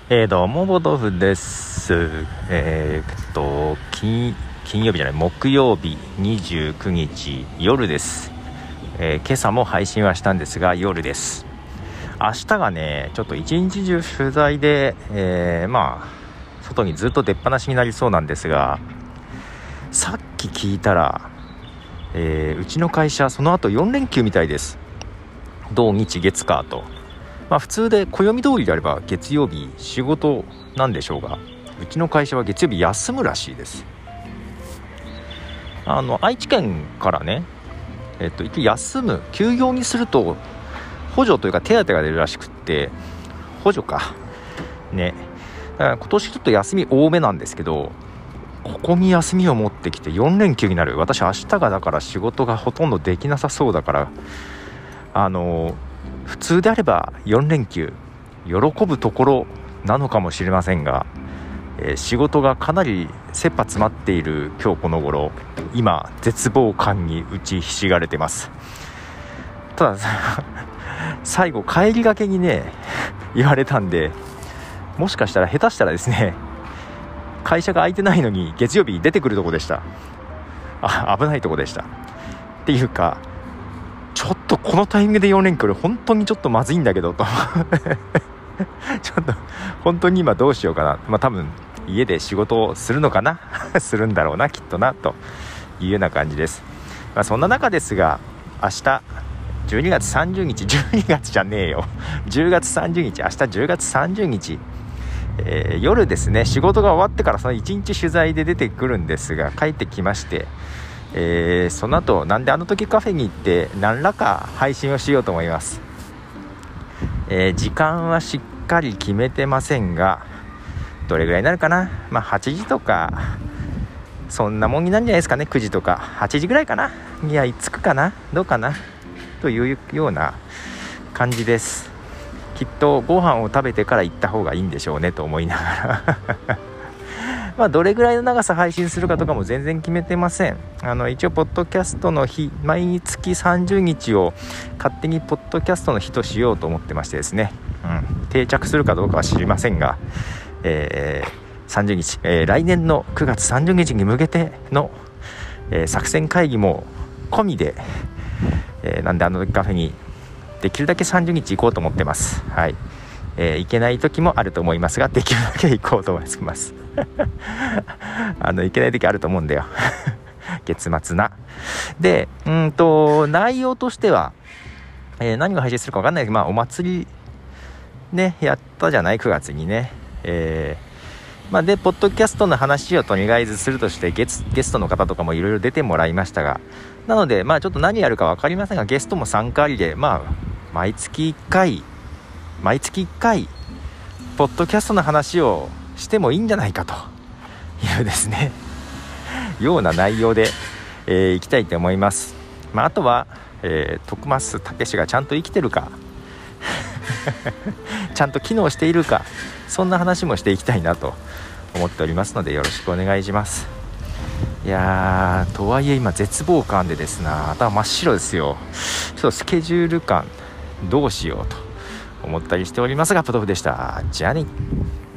どうもボトフです。金曜日じゃない木曜日29日夜です。今朝も配信はしたんですが夜です。明日がねちょっと一日中取材で、外にずっと出っ放しになりそうなんですが、さっき聞いたら、うちの会社その後4連休みたいです。土日月火と、普通で暦通りであれば月曜日仕事なんでしょうが、うちの会社は月曜日休むらしいです。愛知県からね、休む休業にすると補助というか手当が出るらしくって、補助かね、だから今年ちょっと休み多めなんですけど、ここに休みを持ってきて4連休になる。私明日がだから仕事がほとんどできなさそうだから、普通であれば4連休喜ぶところなのかもしれませんが、仕事がかなり切羽詰まっている今日この頃、今絶望感に打ちひしがれてます。ただ最後帰りがけにね言われたんで、もしかしたら下手したらですね、会社が空いてないのに月曜日出てくるとこでした。危ないとこでした。っていうか、ちょっとこのタイミングで4連休本当にちょっとまずいんだけどとちょっと本当に今どうしようかな。多分家で仕事をするのかなするんだろうなきっとなというような感じです。そんな中ですが、明日12月30日12月じゃねえよ10月30日明日10月30日、夜ですね、仕事が終わってからその1日取材で出てくるんですが、帰ってきまして、その後なんであの時カフェに行って何らか配信をしようと思います。時間はしっかり決めてませんが、どれぐらいになるかな。8時とかそんなもんになるんじゃないですかね。9時とか8時ぐらいかな。いや、着くかなどうかなというような感じです。きっとご飯を食べてから行った方がいいんでしょうねと思いながらどれぐらいの長さ配信するかとかも全然決めてません。一応ポッドキャストの日、毎月30日を勝手にポッドキャストの日としようと思ってましてですね、定着するかどうかは知りませんが、30日、来年の9月30日に向けての、作戦会議も込みで、なんであのカフェにできるだけ30日行こうと思ってます。はい、行けない時もあると思いますが、できるだけ行こうと思います行けない時あると思うんだよ月末な。で、内容としては、何が配信するか分かんないけど、お祭りねやったじゃない、9月にね。でポッドキャストの話をとりあえずするとして、ゲストの方とかもいろいろ出てもらいましたが、なのでちょっと何やるか分かりませんが、ゲストも参加ありで、毎月1回ポッドキャストの話をしてもいいんじゃないかというですねような内容で、いきたいと思います。あとは、徳増たけしがちゃんと生きてるかちゃんと機能しているか、そんな話もしていきたいなと思っておりますので、よろしくお願いします。いやー、とはいえ今絶望感でですね、頭真っ白ですよ。ちょっとスケジュール感どうしようと思ったりしておりますが、ポトフでした。じゃあね。